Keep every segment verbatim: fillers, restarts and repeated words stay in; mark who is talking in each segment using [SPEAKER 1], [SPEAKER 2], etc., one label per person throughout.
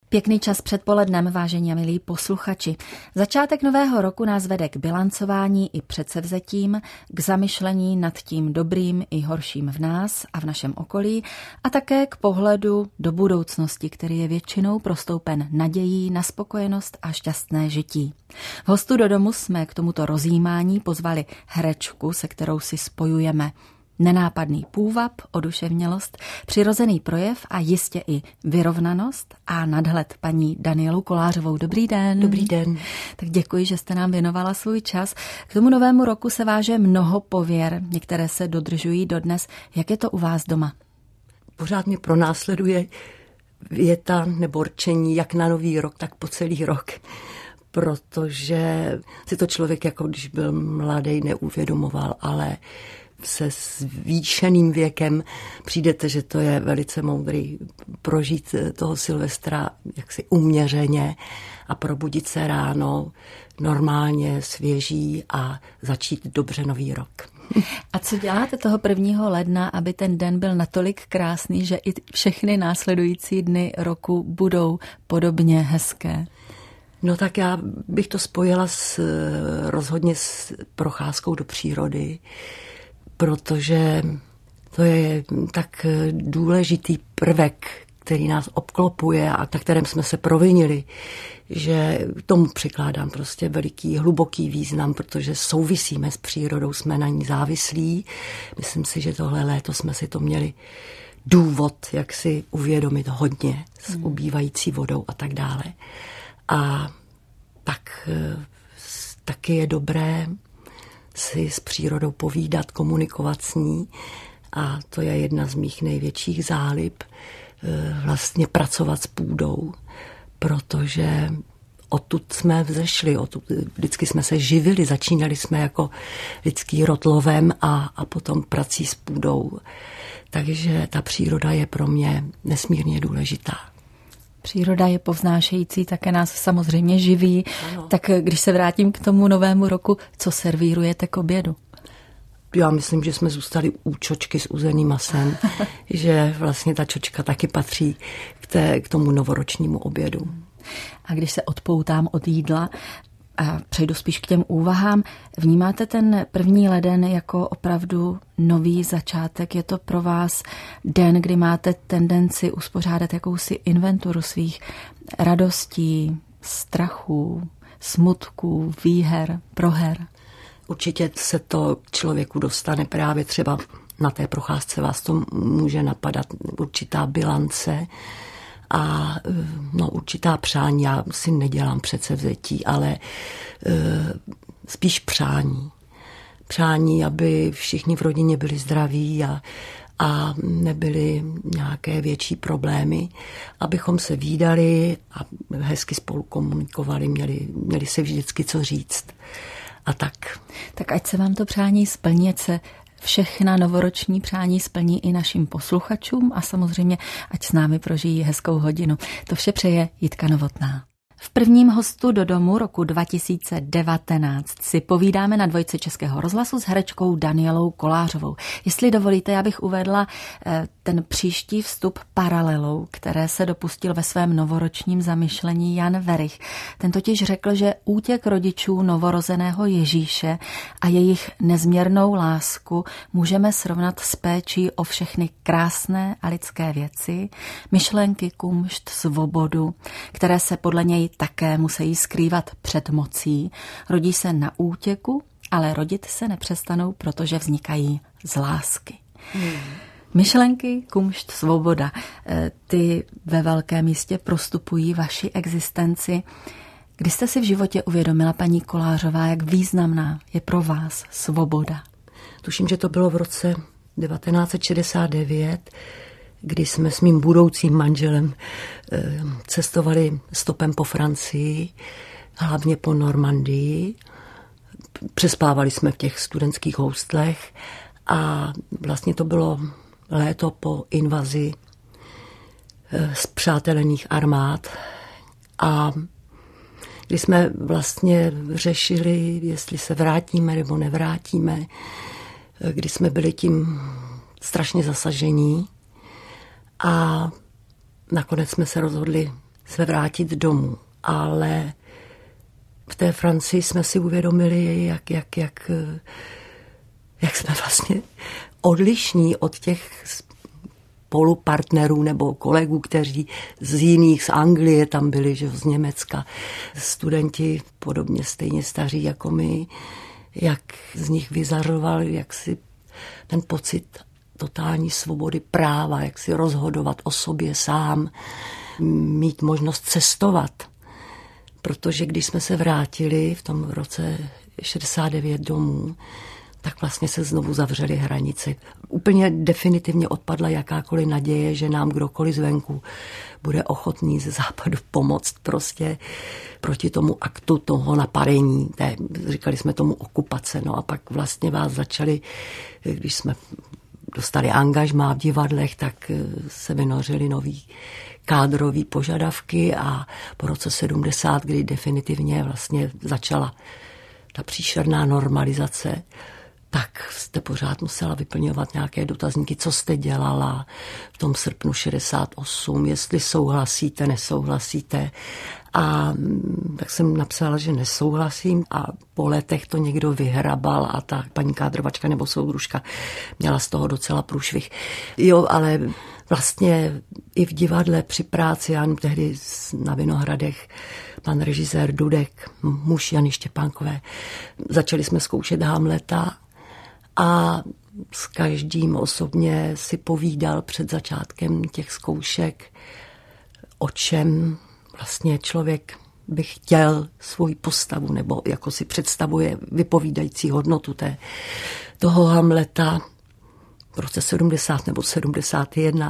[SPEAKER 1] Pěkný čas předpolednem, vážení a milí posluchači. Začátek nového roku nás vede k bilancování i předsevzetím, k zamyšlení nad tím dobrým i horším v nás a v našem okolí a také k pohledu do budoucnosti, který je většinou prostoupen nadějí na spokojenost a šťastné žití. V Hostu do domu jsme k tomuto rozjímání pozvali herečku, se kterou si spojujeme nenápadný půvab, oduševnělost, přirozený projev a jistě i vyrovnanost a nadhled paní Danielu Kolářovou. Dobrý den.
[SPEAKER 2] Dobrý den.
[SPEAKER 1] Tak děkuji, že jste nám věnovala svůj čas. K tomu novému roku se váže mnoho pověr, některé se dodržují dodnes. Jak je to u vás doma?
[SPEAKER 2] Pořád mě pronásleduje věta nebo rčení jak na nový rok, tak po celý rok. Protože si to člověk, jako když byl mladý, neuvědomoval, ale se zvýšeným věkem přijdete, že to je velice moudrý prožít toho Silvestra jaksi uměřeně a probudit se ráno normálně, svěží a začít dobře nový rok.
[SPEAKER 1] A co děláte toho prvního ledna, aby ten den byl natolik krásný, že i všechny následující dny roku budou podobně hezké?
[SPEAKER 2] No tak já bych to spojila s, rozhodně s procházkou do přírody, protože to je tak důležitý prvek, který nás obklopuje a na kterém jsme se provinili, že tomu přikládám prostě veliký, hluboký význam, protože souvisíme s přírodou, jsme na ní závislí. Myslím si, že tohle léto jsme si to měli důvod, jak si uvědomit hodně s ubývající vodou a tak dále. A tak taky je dobré si s přírodou povídat, komunikovat s ní a to je jedna z mých největších zálib, vlastně pracovat s půdou, protože odtud jsme vzešli, odtud, vždycky jsme se živili, začínali jsme jako lidský rod lovem a, a potom prací s půdou. Takže ta příroda je pro mě nesmírně důležitá.
[SPEAKER 1] Příroda je povznášející, také nás samozřejmě živí. Ano. Tak když se vrátím k tomu novému roku, co servírujete k obědu?
[SPEAKER 2] Já myslím, že jsme zůstali u čočky s uzeným masem, že vlastně ta čočka taky patří k, té, k tomu novoročnímu obědu.
[SPEAKER 1] A když se odpoutám od jídla a přejdu spíš k těm úvahám, vnímáte ten první leden jako opravdu nový začátek? Je to pro vás den, kdy máte tendenci uspořádat jakousi inventuru svých radostí, strachů, smutků, výher, proher?
[SPEAKER 2] Určitě se to člověku dostane právě třeba na té procházce, vás to může napadat určitá bilance a no, určitá přání. Já si nedělám předsevzetí, ale e, spíš přání. Přání, aby všichni v rodině byli zdraví a, a nebyly nějaké větší problémy, abychom se vídali a hezky spolu komunikovali, měli, měli si vždycky co říct. A tak.
[SPEAKER 1] Tak ať se vám to přání splní, ať se všechna novoroční přání splní i našim posluchačům a samozřejmě ať s námi prožijí hezkou hodinu. To vše přeje Jitka Novotná. V prvním Hostu do domu roku dva tisíce devatenáct si povídáme na dvojce Českého rozhlasu s herečkou Danielou Kolářovou. Jestli dovolíte, já bych uvedla ten příští vstup paralelou, které se dopustil ve svém novoročním zamyšlení Jan Werich. Ten totiž řekl, že útěk rodičů novorozeného Ježíše a jejich nezměrnou lásku můžeme srovnat s péčí o všechny krásné a lidské věci, myšlenky, kumšt, svobodu, které se podle něj také musí skrývat před mocí. Rodí se na útěku, ale rodit se nepřestanou, protože vznikají z lásky. Hmm. Myšlenky, kumšt, svoboda, ty ve velkém místě prostupují vaši existenci. Kdy jste si v životě uvědomila, paní Kolářová, jak významná je pro vás svoboda?
[SPEAKER 2] Tuším, že to bylo v roce devatenáct set šedesát devět, kdy jsme s mým budoucím manželem cestovali stopem po Francii, hlavně po Normandii. Přespávali jsme v těch studentských hostlech a vlastně to bylo léto po invazi spřátelených armád a kdy jsme vlastně řešili, jestli se vrátíme nebo nevrátíme, kdy jsme byli tím strašně zasažení a nakonec jsme se rozhodli se vrátit domů. Ale v té Francii jsme si uvědomili, jak, jak, jak, jak jsme vlastně odlišní od těch spolupartnerů nebo kolegů, kteří z jiných, z Anglie tam byli, že z Německa, studenti podobně stejně staří jako my, jak z nich vyzařoval, jak si ten pocit totální svobody práva, jak si rozhodovat o sobě sám, mít možnost cestovat. Protože když jsme se vrátili v tom roce šedesát devět domů, tak vlastně se znovu zavřely hranice. Úplně definitivně odpadla jakákoliv naděje, že nám kdokoliv zvenku bude ochotný ze západu pomoct prostě proti tomu aktu toho napadení. Té, říkali jsme tomu okupace. No a pak vlastně vás začali, když jsme dostali angažmá v divadlech, tak se vynořily nový kádrový požadavky a po roce sedmdesát, kdy definitivně vlastně začala ta příšerná normalizace, tak jste pořád musela vyplňovat nějaké dotazníky, co jste dělala v tom srpnu šedesát osm, jestli souhlasíte, nesouhlasíte. A tak jsem napsala, že nesouhlasím a po letech to někdo vyhrabal a ta paní kádrovačka nebo soudružka měla z toho docela průšvih. Jo, ale vlastně i v divadle při práci, já tehdy na Vinohradech, pan režisér Dudek, muž Jany Štěpánkové, začali jsme zkoušet Hamleta a s každým osobně si povídal před začátkem těch zkoušek, o čem vlastně člověk by chtěl svou postavu, nebo jako si představuje vypovídající hodnotu té, toho Hamleta v roce sedmdesát nebo sedmdesát jedna.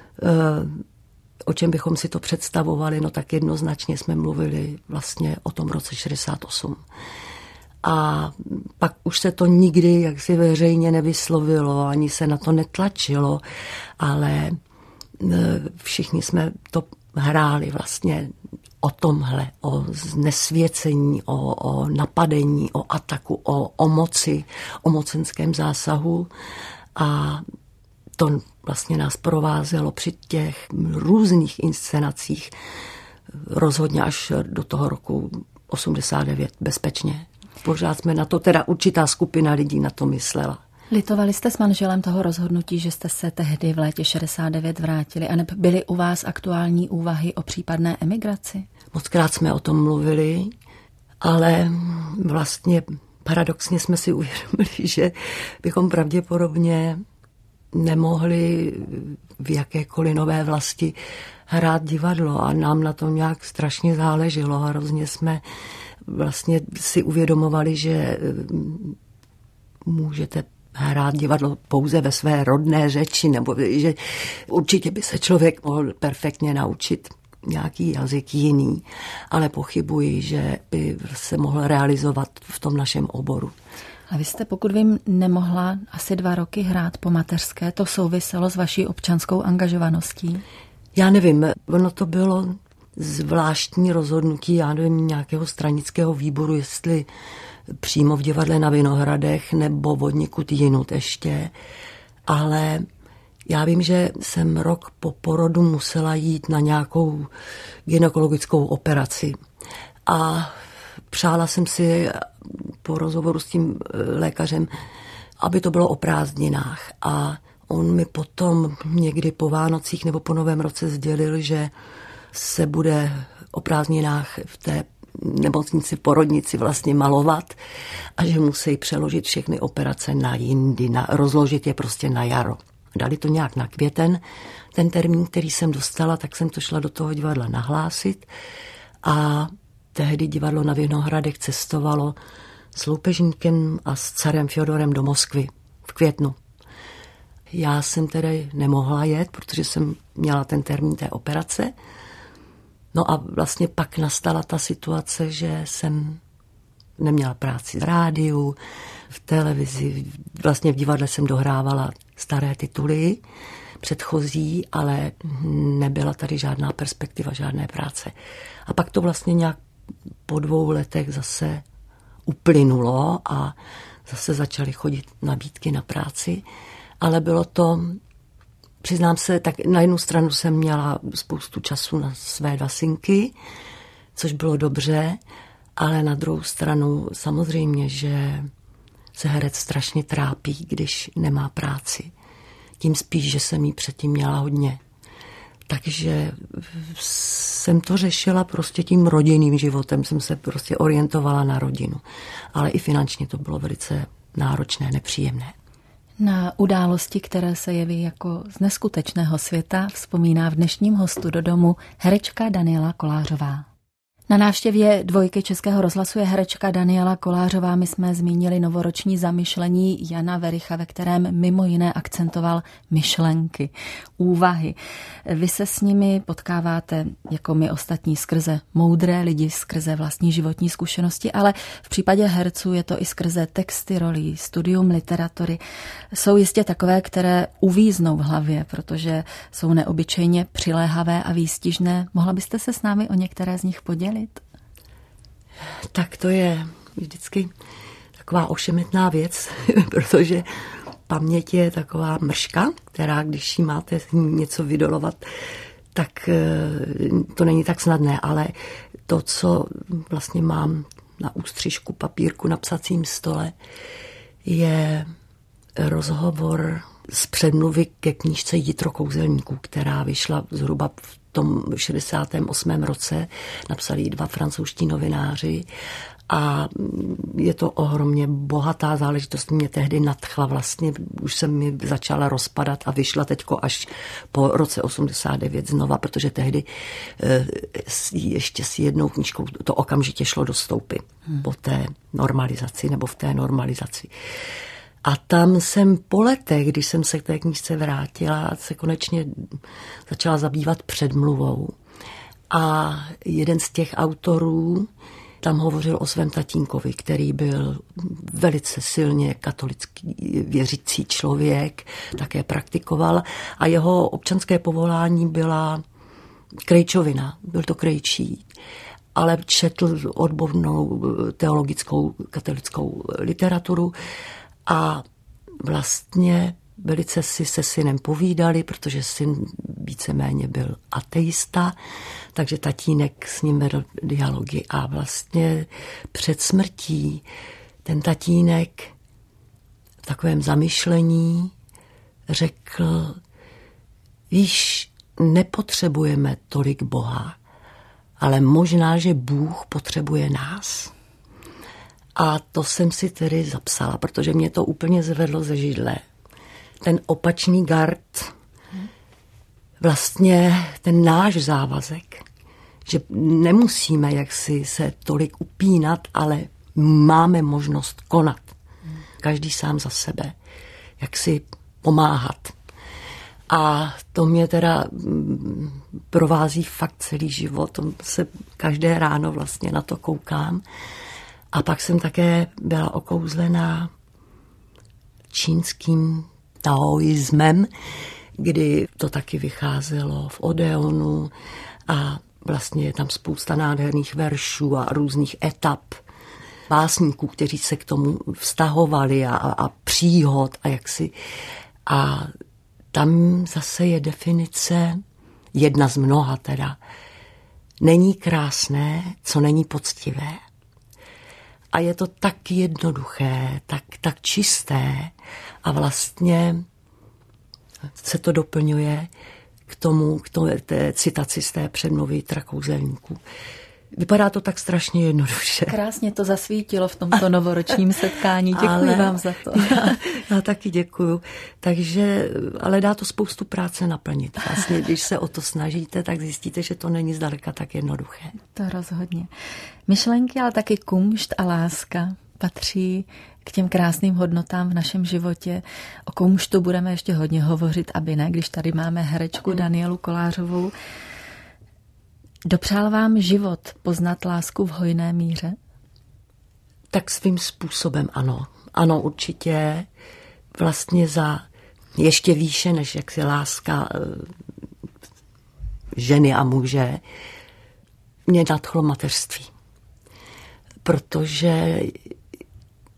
[SPEAKER 2] O čem bychom si to představovali, no tak jednoznačně jsme mluvili vlastně o tom roce šedesát osm. A pak už se to nikdy jaksi veřejně nevyslovilo, ani se na to netlačilo, ale všichni jsme to hráli vlastně o tomhle, o znesvěcení, o, o napadení, o ataku, o, o moci, o mocenském zásahu a to vlastně nás provázelo při těch různých inscenacích rozhodně až do toho roku osmdesát devět bezpečně. Pořád jsme na to, teda určitá skupina lidí na to myslela.
[SPEAKER 1] Litovali jste s manželem toho rozhodnutí, že jste se tehdy v létě šedesát devět vrátili, a byly u vás aktuální úvahy o případné emigraci?
[SPEAKER 2] Mockrát jsme o tom mluvili, ale vlastně paradoxně jsme si uvědomili, že bychom pravděpodobně nemohli v jakékoliv nové vlasti hrát divadlo a nám na tom nějak strašně záleželo. Hrozně jsme vlastně si uvědomovali, že můžete hrát divadlo pouze ve své rodné řeči, nebo že určitě by se člověk mohl perfektně naučit nějaký jazyk jiný, ale pochybuji, že by se mohl realizovat v tom našem oboru.
[SPEAKER 1] A vy jste, pokud vím, nemohla asi dva roky hrát po mateřské. To souviselo s vaší občanskou angažovaností?
[SPEAKER 2] Já nevím, ono to bylo zvláštní rozhodnutí, já nevím, nějakého stranického výboru, jestli přímo v divadle na Vinohradech nebo odněkud jinut ještě, ale já vím, že jsem rok po porodu musela jít na nějakou gynekologickou operaci a přála jsem si po rozhovoru s tím lékařem, aby to bylo o prázdninách a on mi potom někdy po Vánocích nebo po Novém roce sdělil, že se bude o prázdninách v té nemocnici, v porodnici vlastně malovat a že musí přeložit všechny operace na jindy, na, rozložit je prostě na jaro. Dali to nějak na květen, ten termín, který jsem dostala, tak jsem to šla do toho divadla nahlásit a tehdy divadlo na Vinohradech cestovalo s loupežníkem a s carem Fjodorem do Moskvy v květnu. Já jsem tedy nemohla jet, protože jsem měla ten termín té operace. No a vlastně pak nastala ta situace, že jsem neměla práci v rádiu, v televizi, vlastně v divadle jsem dohrávala staré tituly, předchozí, ale nebyla tady žádná perspektiva, žádné práce. A pak to vlastně nějak po dvou letech zase uplynulo a zase začaly chodit nabídky na práci, ale bylo to Přiznám se, tak na jednu stranu jsem měla spoustu času na své dva synky, což bylo dobře, ale na druhou stranu samozřejmě, že se herec strašně trápí, když nemá práci. Tím spíš, že jsem jí předtím měla hodně. Takže jsem to řešila prostě tím rodinným životem, jsem se prostě orientovala na rodinu. Ale i finančně to bylo velice náročné, nepříjemné.
[SPEAKER 1] Na události, které se jeví jako z neskutečného světa, vzpomíná v dnešním hostu do domu herečka Daniela Kolářová. Na návštěvě dvojky Českého rozhlasu je herečka Daniela Kolářová. My jsme zmínili novoroční zamyšlení Jana Vericha, ve kterém mimo jiné akcentoval myšlenky, úvahy. Vy se s nimi potkáváte jako my ostatní skrze moudré lidi, skrze vlastní životní zkušenosti, ale v případě herců je to i skrze texty rolí, studium literatury. Jsou jistě takové, které uvíznou v hlavě, protože jsou neobyčejně přiléhavé a výstižné. Mohla byste se s námi o některé z nich podělit?
[SPEAKER 2] Tak to je vždycky taková ošemetná věc, protože paměť je taková mrška, která když jí máte něco vydolovat, tak to není tak snadné, ale to, co vlastně mám na ústřižku papírku na psacím stole, je rozhovor z předmluvy ke knížce Jitro kouzelníků, která vyšla zhruba v tom šedesátém osmém roce, napsali ji dva francouzští novináři a je to ohromně bohatá záležitost. Mě tehdy nadchla vlastně, už se mi začala rozpadat a vyšla teďko až po roce osmdesát devět znova, protože tehdy ještě s jednou knížkou to okamžitě šlo do stoupy hmm. po té normalizaci nebo v té normalizaci. A tam jsem po letech, když jsem se k té knížce vrátila, se konečně začala zabývat předmluvou. A jeden z těch autorů tam hovořil o svém tatínkovi, který byl velice silně katolický věřící člověk, také praktikoval a jeho občanské povolání byla krejčovina, byl to krejčí, ale četl odbornou teologickou katolickou literaturu a vlastně velice si se synem povídali, protože syn víceméně byl ateista, takže tatínek s ním vedl dialogy a vlastně před smrtí ten tatínek v takovém zamyšlení řekl, víš, nepotřebujeme tolik Boha, ale možná, že Bůh potřebuje nás. A to jsem si tedy zapsala, protože mě to úplně zvedlo ze židle. Ten opačný gard, vlastně ten náš závazek, že nemusíme jaksi se tolik upínat, ale máme možnost konat. Každý sám za sebe, jak si pomáhat. A to mě teda provází fakt celý život, to se každé ráno vlastně na to koukám. A pak jsem také byla okouzlená čínským taoismem, kdy to taky vycházelo v Odeonu a vlastně je tam spousta nádherných veršů a různých etap básníků, kteří se k tomu vztahovali a, a příhod a jaksi. A tam zase je definice, jedna z mnoha teda, není krásné, co není poctivé. A je to tak jednoduché, tak, tak čisté a vlastně se to doplňuje k tomu, k tomu té citaci z té předmluvy Jitra kouzelníků. Vypadá to tak strašně jednoduše.
[SPEAKER 1] Krásně to zasvítilo v tomto novoročním setkání. Děkuji ale, vám za to.
[SPEAKER 2] Já, já taky děkuju. Takže, ale dá to spoustu práce naplnit. Vlastně, když se o to snažíte, tak zjistíte, že to není zdaleka tak jednoduché.
[SPEAKER 1] To rozhodně. Myšlenky, ale taky kumšt a láska patří k těm krásným hodnotám v našem životě. O kumštu budeme ještě hodně hovořit, aby ne, když tady máme herečku Danielu Kolářovou. Dopřál vám život poznat lásku v hojné míře?
[SPEAKER 2] Tak svým způsobem ano. Ano, určitě. Vlastně za ještě výše, než jak si láska ženy a muže, mě nadchlo mateřství. Protože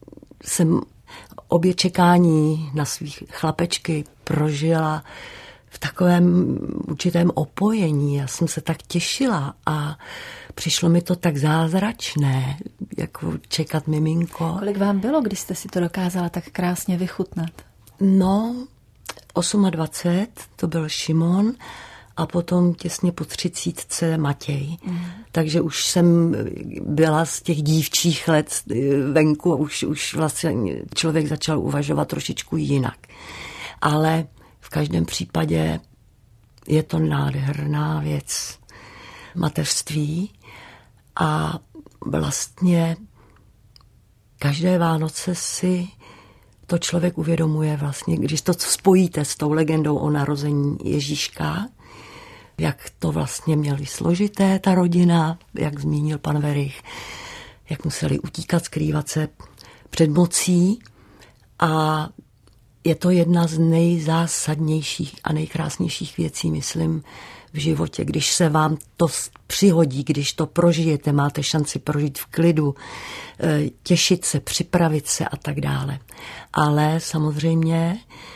[SPEAKER 2] jsem obě čekání na svých chlapečky prožila v takovém určitém opojení. Já jsem se tak těšila a přišlo mi to tak zázračné, jako čekat miminko.
[SPEAKER 1] Kolik vám bylo, když jste si to dokázala tak krásně vychutnat?
[SPEAKER 2] No, dvacet osm, to byl Šimon a potom těsně po třicítce Matěj. Mm. Takže už jsem byla z těch dívčích let venku a už, už vlastně člověk začal uvažovat trošičku jinak. Ale v každém případě je to nádherná věc mateřství a vlastně každé Vánoce si to člověk uvědomuje vlastně, když to spojíte s tou legendou o narození Ježíška, jak to vlastně měli složité ta rodina, jak zmínil pan Werich, jak museli utíkat, skrývat se před mocí a je to jedna z nejzásadnějších a nejkrásnějších věcí, myslím, v životě. Když se vám to přihodí, když to prožijete, máte šanci prožít v klidu, těšit se, připravit se a tak dále. Ale samozřejmě,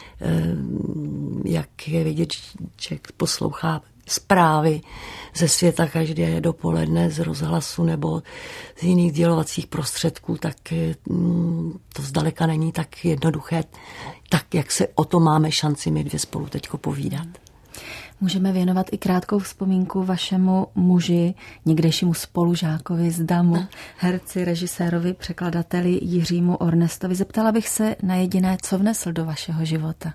[SPEAKER 2] jak je vidět, člověk poslouchá zprávy ze světa každé dopoledne z rozhlasu nebo z jiných sdělovacích prostředků, tak to zdaleka není tak jednoduché, tak jak se o to máme šanci my dvě spolu teďko povídat.
[SPEAKER 1] Můžeme věnovat i krátkou vzpomínku vašemu muži, někdejšímu spolužákovi z Damu, herci, režisérovi, překladateli Jiřímu Ornestovi. Zeptala bych se na jediné, co vnesl do vašeho života.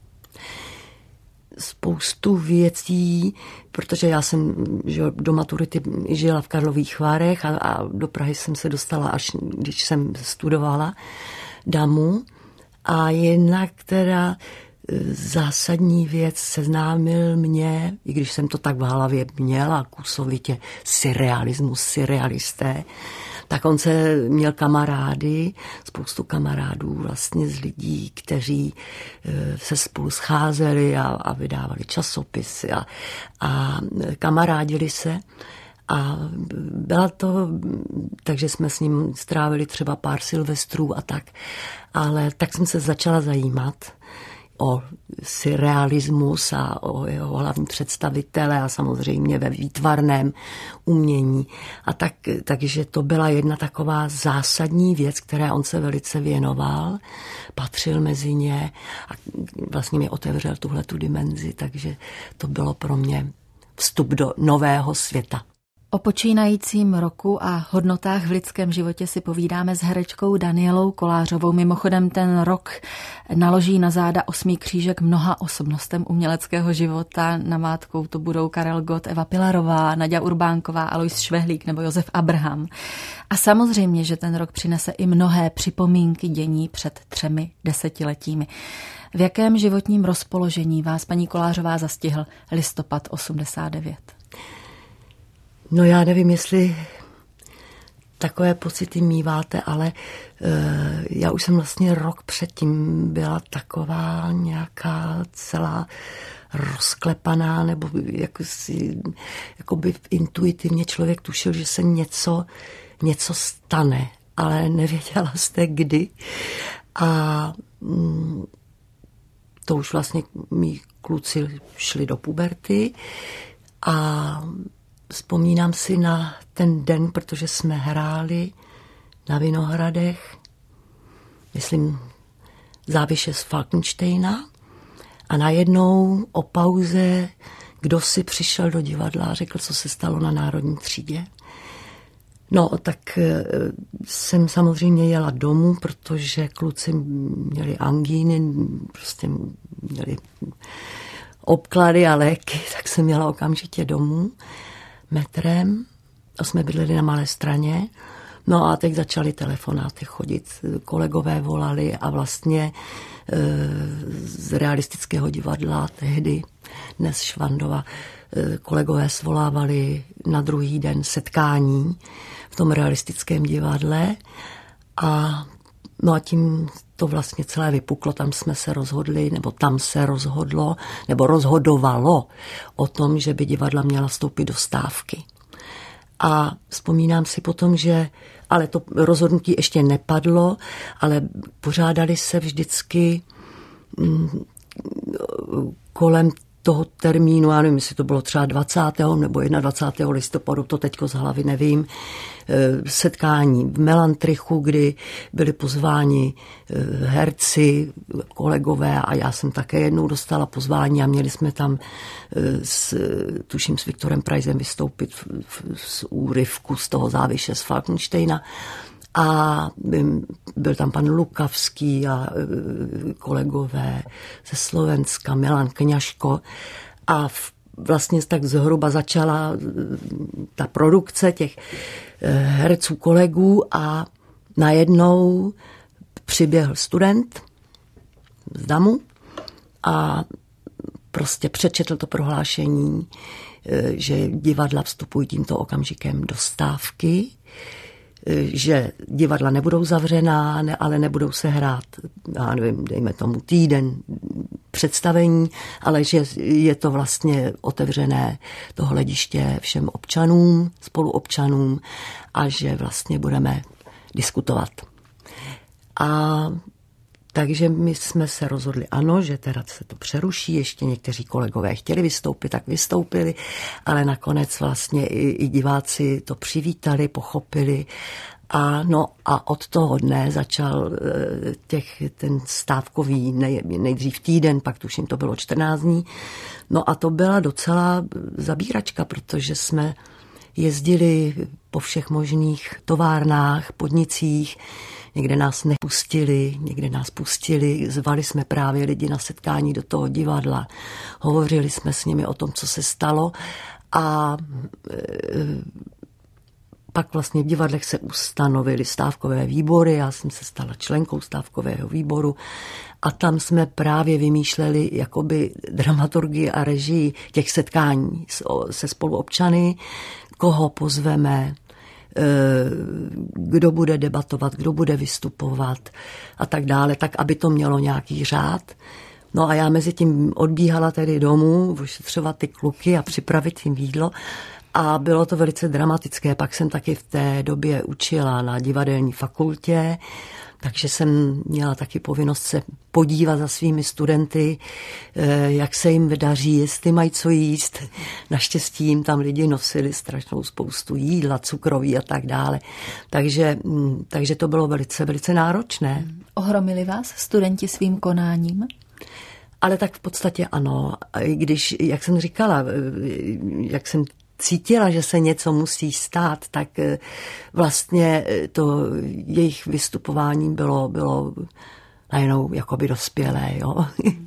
[SPEAKER 2] Spoustu věcí, protože já jsem že, do maturity žila v Karlových Varech a, a do Prahy jsem se dostala, až když jsem studovala Damu. A jedna, která zásadní věc, seznámil mě, i když jsem to tak v hlavě měla, kusovitě surrealismus, surrealisté, tak on se měl kamarády, spoustu kamarádů vlastně z lidí, kteří se spolu scházeli a, a vydávali časopisy a, a kamarádili se. A byla to, takže jsme s ním strávili třeba pár silvestrů a tak, ale tak jsem se začala zajímat o surrealismus a o jeho hlavní představitele a samozřejmě ve výtvarném umění. A tak, takže to byla jedna taková zásadní věc, které on se velice věnoval, patřil mezi ně a vlastně mi otevřel tuhletu dimenzi, takže to bylo pro mě vstup do nového světa.
[SPEAKER 1] O počínajícím roku a hodnotách v lidském životě si povídáme s herečkou Danielou Kolářovou. Mimochodem ten rok naloží na záda osmý křížek mnoha osobnostem uměleckého života. Namátkou to budou Karel Gott, Eva Pilarová, Naďa Urbánková, Alois Švehlík nebo Josef Abraham. A samozřejmě, že ten rok přinese i mnohé připomínky dění před třemi desetiletími. V jakém životním rozpoložení vás, paní Kolářová, zastihl listopad osmdesát devět?
[SPEAKER 2] No já nevím, jestli takové pocity míváte, ale uh, já už jsem vlastně rok předtím byla taková nějaká celá rozklepaná, nebo jako si, jako by intuitivně člověk tušil, že se něco, něco stane, ale nevěděla jste kdy. A mm, to už vlastně mý kluci šli do puberty a vzpomínám si na ten den, protože jsme hráli na Vinohradech, myslím, Záviše z Falkensteina a najednou o pauze kdo si přišel do divadla a řekl, co se stalo na Národní třídě. No, tak jsem samozřejmě jela domů, protože kluci měli angíny, prostě měli obklady a léky, tak jsem jela okamžitě domů metrem a jsme bydleli na Malé Straně. No a teď začaly telefonáty chodit, kolegové volali a vlastně e, z realistického divadla tehdy, dnes Švandova, e, kolegové svolávali na druhý den setkání v tom realistickém divadle a no a tím to vlastně celé vypuklo, tam jsme se rozhodli, nebo tam se rozhodlo, nebo rozhodovalo o tom, že by divadla měla vstoupit do stávky. A vzpomínám si potom, že, ale to rozhodnutí ještě nepadlo, ale pořádali se vždycky kolem toho termínu, já nevím, jestli to bylo třeba dvacátého nebo dvacátého prvního listopadu, to teďko z hlavy nevím, setkání v Melantrichu, kdy byli pozváni herci, kolegové a já jsem také jednou dostala pozvání a měli jsme tam s, tuším s Viktorem Preisem vystoupit v, v, z úryvku z toho Záviše z Falkensteina. A byl tam pan Lukavský a kolegové ze Slovenska, Milan Kňažko. A vlastně tak zhruba začala ta produkce těch herců kolegů a najednou přiběhl student z Damu a prostě přečetl to prohlášení, že divadla vstupují tímto okamžikem do stávky, že divadla nebudou zavřená, ne, ale nebudou se hrát, já nevím, dejme tomu týden představení, ale že je to vlastně otevřené to hlediště všem občanům, spoluobčanům a že vlastně budeme diskutovat. A takže my jsme se rozhodli, ano, že teda se to přeruší, ještě někteří kolegové chtěli vystoupit, tak vystoupili, ale nakonec vlastně i, i diváci to přivítali, pochopili. A, no, a od toho dne začal těch, ten stávkový nej, nejdřív týden, pak tuším to bylo čtrnáct dní. No a to byla docela zabíračka, protože jsme jezdili po všech možných továrnách, podnicích, někde nás nepustili, někde nás pustili, zvali jsme právě lidi na setkání do toho divadla, hovořili jsme s nimi o tom, co se stalo a e, pak vlastně v divadlech se ustanovily stávkové výbory, já jsem se stala členkou stávkového výboru a tam jsme právě vymýšleli jakoby dramaturgii a režii těch setkání se spoluobčany, koho pozveme, kdo bude debatovat, kdo bude vystupovat a tak dále, tak aby to mělo nějaký řád. No a já mezi tím odbíhala tedy domů, vyšetřovat ty kluky a připravit jim jídlo a bylo to velice dramatické. Pak jsem taky v té době učila na divadelní fakultě, takže jsem měla taky povinnost se podívat za svými studenty, jak se jim vydaří, jestli mají co jíst. Naštěstí jim tam lidi nosili strašnou spoustu jídla, cukroví a tak dále. Takže, takže to bylo velice, velice náročné.
[SPEAKER 1] Ohromili vás studenti svým konáním?
[SPEAKER 2] Ale tak v podstatě ano. I když, jak jsem říkala, jak jsem cítila, že se něco musí stát, tak vlastně to jejich vystupování bylo, bylo najednou jakoby dospělé. Jo?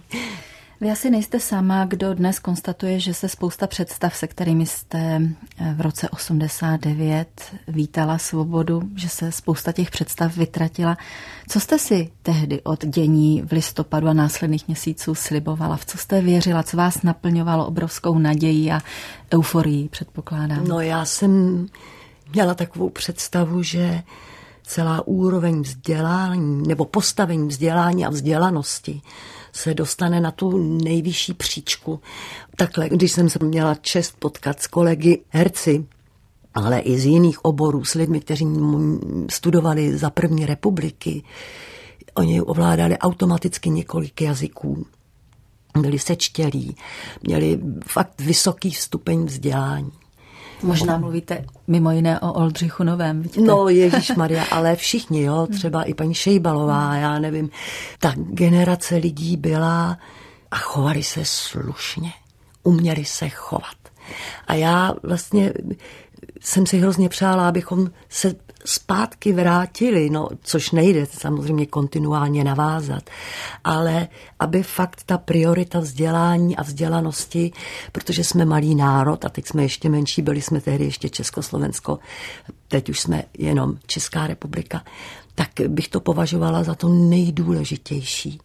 [SPEAKER 1] Vy asi nejste sama, kdo dnes konstatuje, že se spousta představ, se kterými jste v roce osmdesát devět vítala svobodu, že se spousta těch představ vytratila. Co jste si tehdy od dění v listopadu a následných měsíců slibovala? V co jste věřila? Co vás naplňovalo obrovskou nadějí a euforii, předpokládám?
[SPEAKER 2] No já jsem měla takovou představu, že celá úroveň vzdělání nebo postavení vzdělání a vzdělanosti se dostane na tu nejvyšší příčku. Takhle, když jsem se měla čest potkat s kolegy herci, ale i z jiných oborů, s lidmi, kteří studovali za první republiky, oni ovládali automaticky několik jazyků, byli sečtělí, měli fakt vysoký stupeň vzdělání.
[SPEAKER 1] Možná mluvíte mimo jiné o Oldřichu Novém. Vidíte?
[SPEAKER 2] No ježišmarja, ale všichni, jo, třeba i paní Šejbalová, já nevím. Ta generace lidí byla a chovali se slušně, uměli se chovat. A já vlastně jsem si hrozně přála, abychom se zpátky vrátili, no, což nejde samozřejmě kontinuálně navázat, ale aby fakt ta priorita vzdělání a vzdělanosti, protože jsme malý národ a teď jsme ještě menší, byli jsme tehdy ještě Československo, teď už jsme jenom Česká republika, tak bych to považovala za to nejdůležitější.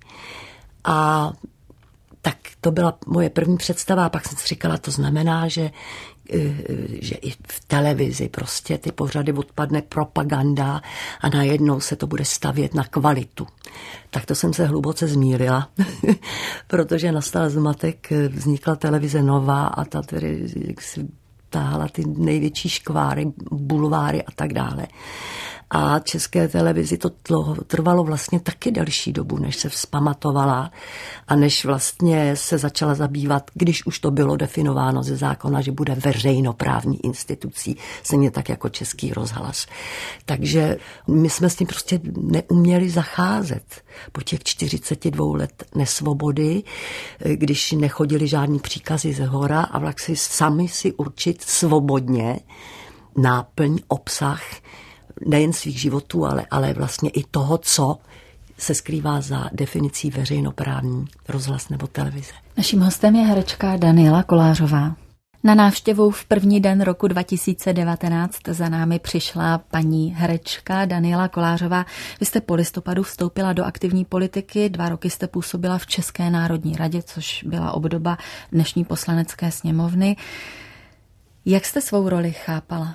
[SPEAKER 2] A tak to byla moje první představa a pak jsem si říkala, to znamená, že že i v televizi prostě ty pořady odpadne propaganda a najednou se to bude stavět na kvalitu. Tak to jsem se hluboce zmýlila, protože nastal zmatek, vznikla televize Nova a ta tedy si táhla ty největší škváry, bulváry a tak dále. A České televizi to trvalo vlastně taky delší dobu, než se vzpamatovala a než vlastně se začala zabývat, když už to bylo definováno ze zákona, že bude veřejnoprávní institucí, stejně tak jako Český rozhlas. Takže my jsme s tím prostě neuměli zacházet po těch čtyřiceti dvou let nesvobody, když nechodili žádný příkazy ze hora a vlastně sami si určit svobodně náplň, obsah nejen svých životů, ale, ale vlastně i toho, co se skrývá za definicí veřejnoprávní rozhlas nebo televize.
[SPEAKER 1] Naším hostem je herečka Daniela Kolářová. Na návštěvu v první den roku dva tisíce devatenáct za námi přišla paní herečka Daniela Kolářová. Vy jste po listopadu vstoupila do aktivní politiky, dva roky jste působila v České národní radě, což byla obdoba dnešní poslanecké sněmovny. Jak jste svou roli chápala?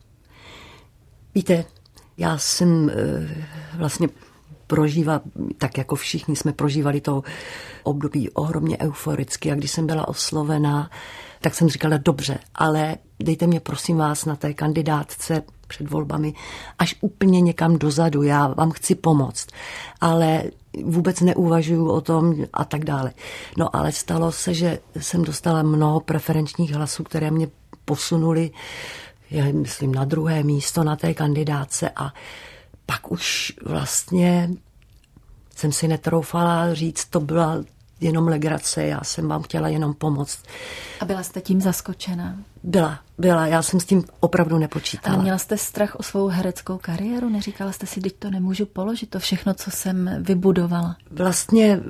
[SPEAKER 2] Víte, já jsem vlastně prožívala, tak jako všichni jsme prožívali to období ohromně euforicky a když jsem byla oslovena, tak jsem říkala, dobře, ale dejte mě prosím vás na té kandidátce před volbami až úplně někam dozadu, já vám chci pomoct, ale vůbec neuvažuju o tom a tak dále. No ale stalo se, že jsem dostala mnoho preferenčních hlasů, které mě posunuli, já myslím, na druhé místo na té kandidáce a pak už vlastně jsem si netroufala říct, to byla jenom legrace, já jsem vám chtěla jenom pomoct.
[SPEAKER 1] A byla jste tím zaskočena?
[SPEAKER 2] Byla, byla, já jsem s tím opravdu nepočítala.
[SPEAKER 1] Ale měla jste strach o svou hereckou kariéru? Neříkala jste si, teď to nemůžu položit, to všechno, co jsem vybudovala?
[SPEAKER 2] Vlastně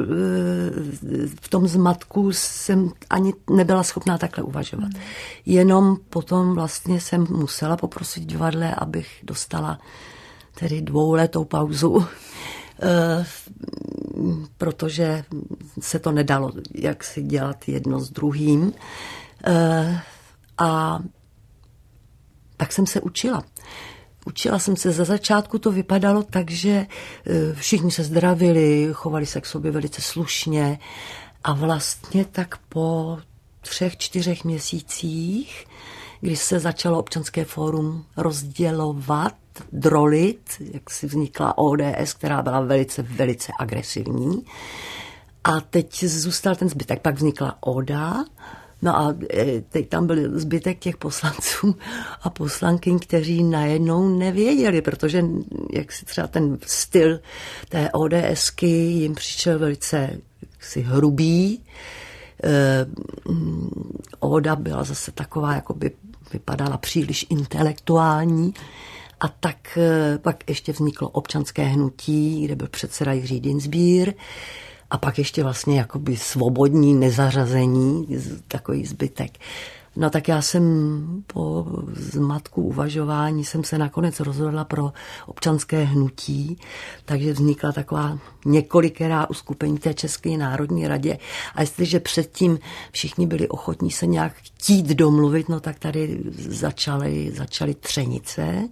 [SPEAKER 2] v tom zmatku jsem ani nebyla schopná takhle uvažovat. Hmm. Jenom potom vlastně jsem musela poprosit divadle, abych dostala tedy dvouletou pauzu, protože se to nedalo jak si dělat jedno s druhým. A tak jsem se učila. Učila jsem se, za začátku to vypadalo tak, že všichni se zdravili, chovali se k sobě velice slušně a vlastně tak po třech, čtyřech měsících, když se začalo Občanské fórum rozdělovat, drolit, jak si vznikla O D S, která byla velice, velice agresivní. A teď zůstal ten zbytek. Pak vznikla O D A, no a teď tam byl zbytek těch poslanců a poslankyň, kteří najednou nevěděli, protože jak si třeba ten styl té ODSky jim přišel velice jaksi hrubý. O D A byla zase taková, jako by vypadala příliš intelektuální. A tak pak ještě vzniklo Občanské hnutí, kde byl předseda Jiří Dienstbier. A pak ještě vlastně jakoby svobodní nezařazení, takový zbytek. No tak já jsem po zmatku uvažování jsem se nakonec rozhodla pro Občanské hnutí, takže vznikla taková několikerá uskupení té České národní radě. A jestliže předtím všichni byli ochotní se nějak chtít domluvit, no tak tady začaly, začaly třenice,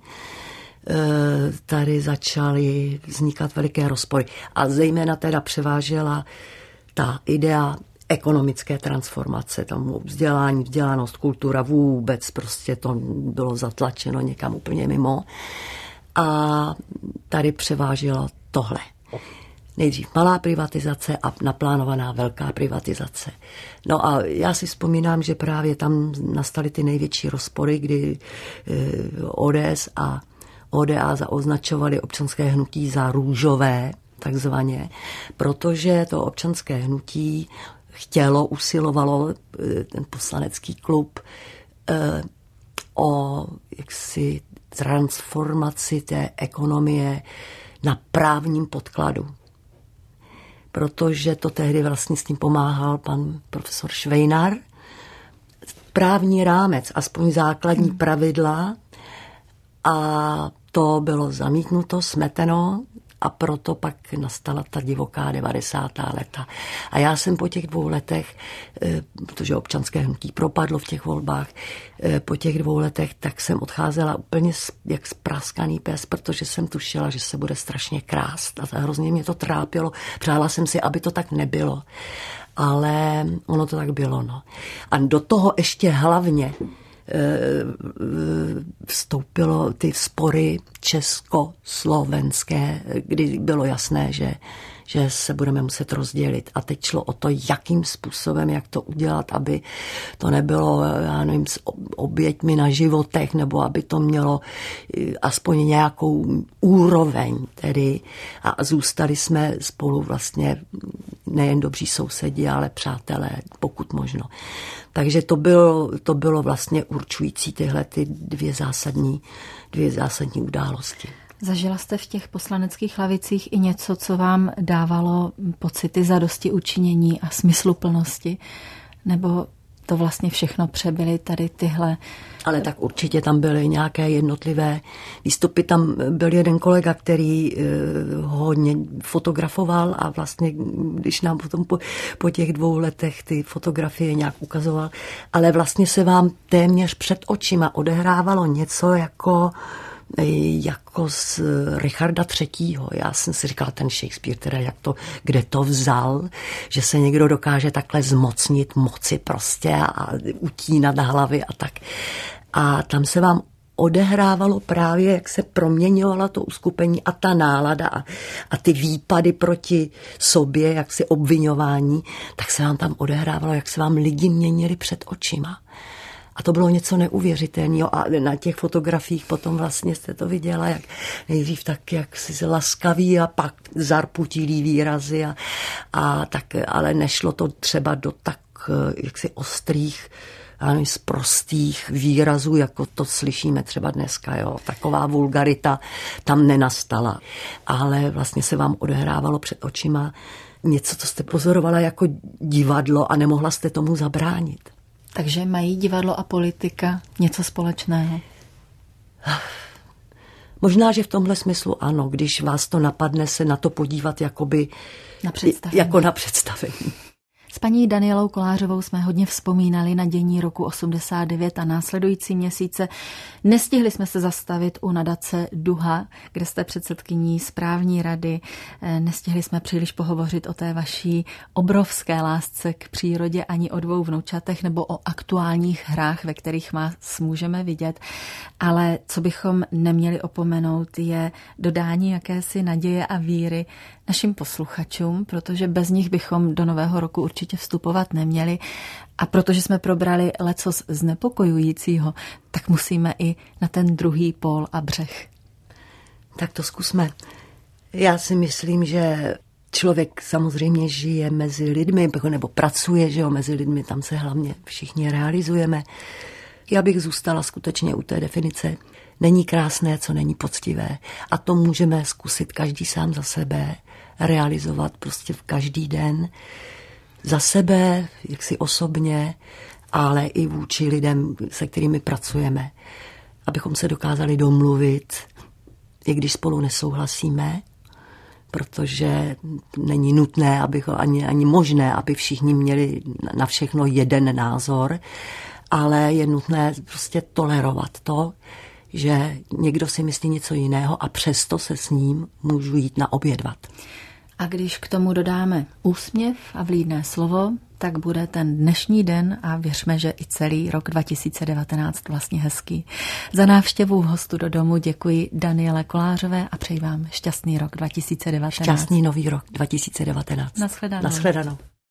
[SPEAKER 2] tady začaly vznikat veliké rozpory. A zejména teda převážela ta idea ekonomické transformace, tomu vzdělání, vzdělanost, kultura, vůbec prostě to bylo zatlačeno někam úplně mimo. A tady převáželo tohle. Nejdřív malá privatizace a naplánovaná velká privatizace. No a já si vzpomínám, že právě tam nastaly ty největší rozpory, kdy O D S a O D A zaoznačovali Občanské hnutí za růžové, takzvaně, protože to Občanské hnutí chtělo, usilovalo ten poslanecký klub o jaksi transformaci té ekonomie na právním podkladu. Protože to tehdy vlastně s tím pomáhal pan profesor Švejnar. Právní rámec, aspoň základní pravidla, a to bylo zamítnuto, smeteno a proto pak nastala ta divoká devadesátá léta. A já jsem po těch dvou letech, protože Občanské hnutí propadlo v těch volbách, po těch dvou letech, tak jsem odcházela úplně jak spráskaný pes, protože jsem tušila, že se bude strašně krást a hrozně mě to trápilo. Přála jsem si, aby to tak nebylo. Ale ono to tak bylo, no. A do toho ještě hlavně vstoupilo ty spory československé, kdy bylo jasné, že že se budeme muset rozdělit. A teď šlo o to, jakým způsobem, jak to udělat, aby to nebylo, já nevím, s oběťmi na životech, nebo aby to mělo aspoň nějakou úroveň tedy. A zůstali jsme spolu vlastně nejen dobří sousedi, ale přátelé, pokud možno. Takže to bylo, to bylo vlastně určující tyhle ty dvě zásadní, dvě zásadní události.
[SPEAKER 1] Zažila jste v těch poslaneckých lavicích i něco, co vám dávalo pocity zadosti učinění a smysluplnosti? Nebo to vlastně všechno přebyly tady tyhle?
[SPEAKER 2] Ale tak určitě tam byly nějaké jednotlivé výstupy. Tam byl jeden kolega, který hodně fotografoval a vlastně, když nám potom po, po těch dvou letech ty fotografie nějak ukazoval, ale vlastně se vám téměř před očima odehrávalo něco jako jako z Richarda třetího. Já jsem si říkala, ten Shakespeare, teda jak to, kde to vzal, že se někdo dokáže takhle zmocnit moci prostě a utínat hlavy a tak. A tam se vám odehrávalo právě, jak se proměňovala to uskupení a ta nálada a, a ty výpady proti sobě, jak si obviňování, tak se vám tam odehrávalo, jak se vám lidi měnili před očima. A to bylo něco neuvěřitelného. A na těch fotografiích potom vlastně jste to viděla, jak nejdřív tak, jak si laskavý a pak zarputilý výrazy. A, a tak, ale nešlo to třeba do tak jaksi ostrých, nevím, z prostých výrazů, jako to slyšíme třeba dneska. Jo. Taková vulgarita tam nenastala. Ale vlastně se vám odehrávalo před očima něco, co jste pozorovala jako divadlo a nemohla jste tomu zabránit.
[SPEAKER 1] Takže mají divadlo a politika něco společného?
[SPEAKER 2] Možná, že v tomhle smyslu ano, když vás to napadne se na to podívat jakoby,
[SPEAKER 1] na představení.
[SPEAKER 2] Jako na představení.
[SPEAKER 1] S paní Danielou Kolářovou jsme hodně vzpomínali na dění roku osmdesát devět a následující měsíce. Nestihli jsme se zastavit u nadace Duha, kde jste předsedkyní správní rady. Nestihli jsme příliš pohovořit o té vaší obrovské lásce k přírodě ani o dvou vnoučatech nebo o aktuálních hrách, ve kterých vás můžeme vidět. Ale co bychom neměli opomenout, je dodání jakési naděje a víry našim posluchačům, protože bez nich bychom do nového roku určitě vstupovat neměli. A protože jsme probrali lecos znepokojujícího, tak musíme i na ten druhý pól a břeh.
[SPEAKER 2] Tak to zkusme. Já si myslím, že člověk samozřejmě žije mezi lidmi, nebo pracuje, že jo, mezi lidmi, tam se hlavně všichni realizujeme. Já bych zůstala skutečně u té definice. Není krásné, co není poctivé. A to můžeme zkusit každý sám za sebe, realizovat prostě v každý den. Za sebe, jaksi osobně, ale i vůči lidem, se kterými pracujeme. Abychom se dokázali domluvit, i když spolu nesouhlasíme, protože není nutné, aby, ani, ani možné, aby všichni měli na všechno jeden názor, ale je nutné prostě tolerovat to, že někdo si myslí něco jiného a přesto se s ním můžu jít naobědvat.
[SPEAKER 1] A když k tomu dodáme úsměv a vlídné slovo, tak bude ten dnešní den a věřme, že i celý rok dva tisíce devatenáct vlastně hezký. Za návštěvu v hostu do domu děkuji Daniele Kolářové a přeji vám šťastný rok dva tisíce devatenáct.
[SPEAKER 2] Šťastný nový rok dva tisíce devatenáct.
[SPEAKER 1] Nashledanou.
[SPEAKER 2] Nashledanou.